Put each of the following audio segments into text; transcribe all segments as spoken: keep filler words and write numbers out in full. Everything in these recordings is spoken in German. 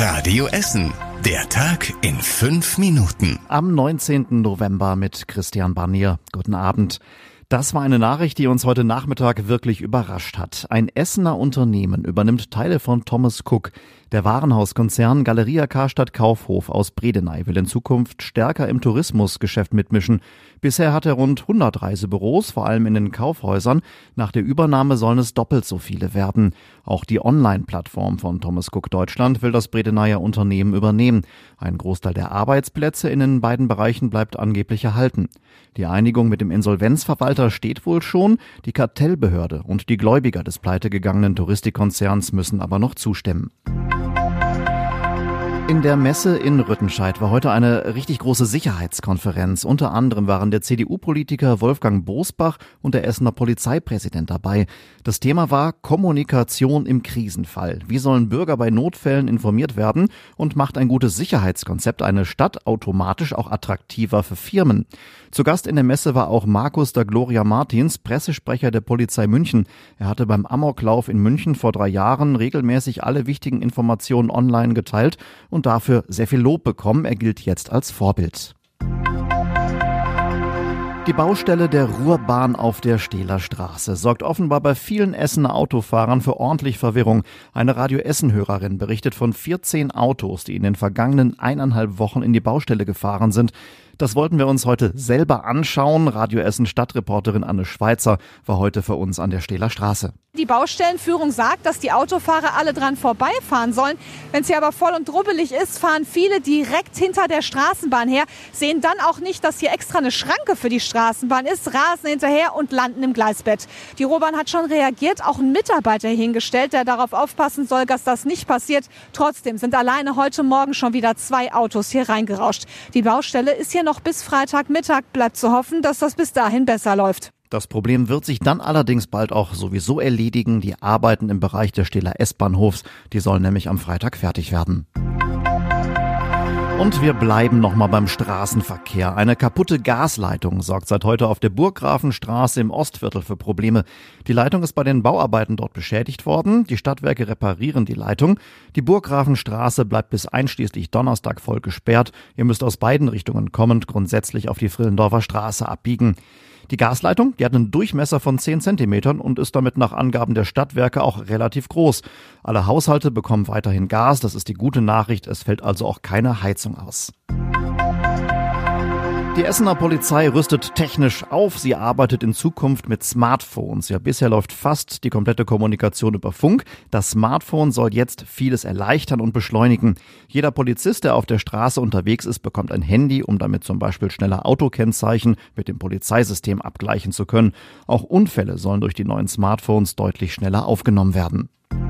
Radio Essen. Der Tag in fünf Minuten. Am neunzehnten November mit Christian Barnier. Guten Abend. Das war eine Nachricht, die uns heute Nachmittag wirklich überrascht hat. Ein Essener Unternehmen übernimmt Teile von Thomas Cook. Der Warenhauskonzern Galeria Karstadt Kaufhof aus Bredeney will in Zukunft stärker im Tourismusgeschäft mitmischen. Bisher hat er rund hundert Reisebüros, vor allem in den Kaufhäusern. Nach der Übernahme sollen es doppelt so viele werden. Auch die Online-Plattform von Thomas Cook Deutschland will das Bredeneyer Unternehmen übernehmen. Ein Großteil der Arbeitsplätze in den beiden Bereichen bleibt angeblich erhalten. Die Einigung mit dem Insolvenzverwalter steht wohl schon. Die Kartellbehörde und die Gläubiger des pleitegegangenen Touristikkonzerns müssen aber noch zustimmen. In der Messe in Rüttenscheid war heute eine richtig große Sicherheitskonferenz. Unter anderem waren der C D U-Politiker Wolfgang Bosbach und der Essener Polizeipräsident dabei. Das Thema war Kommunikation im Krisenfall. Wie sollen Bürger bei Notfällen informiert werden und macht ein gutes Sicherheitskonzept eine Stadt automatisch auch attraktiver für Firmen? Zu Gast in der Messe war auch Markus da Gloria Martins, Pressesprecher der Polizei München. Er hatte beim Amoklauf in München vor drei Jahren regelmäßig alle wichtigen Informationen online geteilt und dafür sehr viel Lob bekommen. Er gilt jetzt als Vorbild. Die Baustelle der Ruhrbahn auf der Stehler Straße sorgt offenbar bei vielen Essener Autofahrern für ordentlich Verwirrung. Eine Radio Essen-Hörerin berichtet von vierzehn Autos, die in den vergangenen eineinhalb Wochen in die Baustelle gefahren sind. Das wollten wir uns heute selber anschauen. Radio Essen Stadtreporterin Anne Schweizer war heute für uns an der Stehler Straße. Die Baustellenführung sagt, dass die Autofahrer alle dran vorbeifahren sollen. Wenn es hier aber voll und drubbelig ist, fahren viele direkt hinter der Straßenbahn her, sehen dann auch nicht, dass hier extra eine Schranke für die Straßenbahn ist, rasen hinterher und landen im Gleisbett. Die Ruhrbahn hat schon reagiert, auch ein Mitarbeiter hingestellt, der darauf aufpassen soll, dass das nicht passiert. Trotzdem sind alleine heute Morgen schon wieder zwei Autos hier reingerauscht. Die Baustelle ist hier noch bis Freitagmittag. Bleibt zu hoffen, dass das bis dahin besser läuft. Das Problem wird sich dann allerdings bald auch sowieso erledigen. Die Arbeiten im Bereich des Stehler S-Bahnhofs, die sollen nämlich am Freitag fertig werden. Und wir bleiben nochmal beim Straßenverkehr. Eine kaputte Gasleitung sorgt seit heute auf der Burggrafenstraße im Ostviertel für Probleme. Die Leitung ist bei den Bauarbeiten dort beschädigt worden. Die Stadtwerke reparieren die Leitung. Die Burggrafenstraße bleibt bis einschließlich Donnerstag voll gesperrt. Ihr müsst aus beiden Richtungen kommend grundsätzlich auf die Frillendorfer Straße abbiegen. Die Gasleitung, die hat einen Durchmesser von zehn Zentimetern und ist damit nach Angaben der Stadtwerke auch relativ groß. Alle Haushalte bekommen weiterhin Gas, das ist die gute Nachricht, es fällt also auch keine Heizung aus. Die Essener Polizei rüstet technisch auf. Sie arbeitet in Zukunft mit Smartphones. Ja, bisher läuft fast die komplette Kommunikation über Funk. Das Smartphone soll jetzt vieles erleichtern und beschleunigen. Jeder Polizist, der auf der Straße unterwegs ist, bekommt ein Handy, um damit zum Beispiel schneller Autokennzeichen mit dem Polizeisystem abgleichen zu können. Auch Unfälle sollen durch die neuen Smartphones deutlich schneller aufgenommen werden.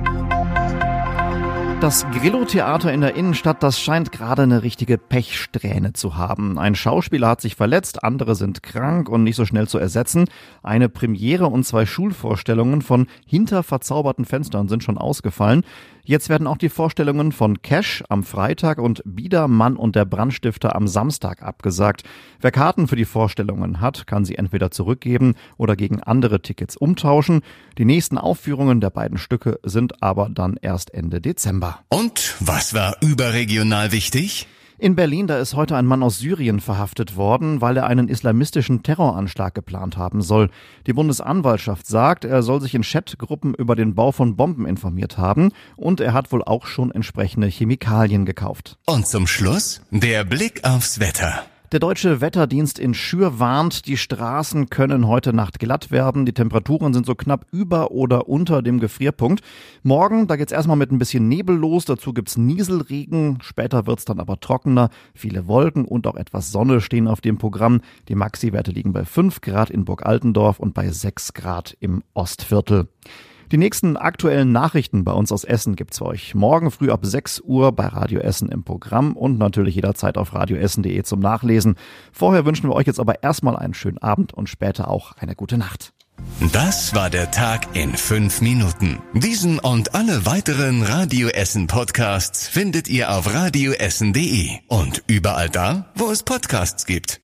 Das Grillo-Theater in der Innenstadt, das scheint gerade eine richtige Pechsträhne zu haben. Ein Schauspieler hat sich verletzt, andere sind krank und nicht so schnell zu ersetzen. Eine Premiere und zwei Schulvorstellungen von Hinter verzauberten Fenstern sind schon ausgefallen. Jetzt werden auch die Vorstellungen von Cash am Freitag und Bieder, Mann und der Brandstifter am Samstag abgesagt. Wer Karten für die Vorstellungen hat, kann sie entweder zurückgeben oder gegen andere Tickets umtauschen. Die nächsten Aufführungen der beiden Stücke sind aber dann erst Ende Dezember. Und was war überregional wichtig? In Berlin, da ist heute ein Mann aus Syrien verhaftet worden, weil er einen islamistischen Terroranschlag geplant haben soll. Die Bundesanwaltschaft sagt, er soll sich in Chatgruppen über den Bau von Bomben informiert haben und er hat wohl auch schon entsprechende Chemikalien gekauft. Und zum Schluss der Blick aufs Wetter. Der Deutsche Wetterdienst in Schür warnt, die Straßen können heute Nacht glatt werden. Die Temperaturen sind so knapp über oder unter dem Gefrierpunkt. Morgen, da geht's erstmal mit ein bisschen Nebel los. Dazu gibt's Nieselregen. Später wird's dann aber trockener. Viele Wolken und auch etwas Sonne stehen auf dem Programm. Die Maxi-Werte liegen bei fünf Grad in Burg Altendorf und bei sechs Grad im Ostviertel. Die nächsten aktuellen Nachrichten bei uns aus Essen gibt's für euch morgen früh ab sechs Uhr bei Radio Essen im Programm und natürlich jederzeit auf radioessen punkt de zum Nachlesen. Vorher wünschen wir euch jetzt aber erstmal einen schönen Abend und später auch eine gute Nacht. Das war der Tag in fünf Minuten. Diesen und alle weiteren Radio Essen Podcasts findet ihr auf radioessen punkt de und überall da, wo es Podcasts gibt.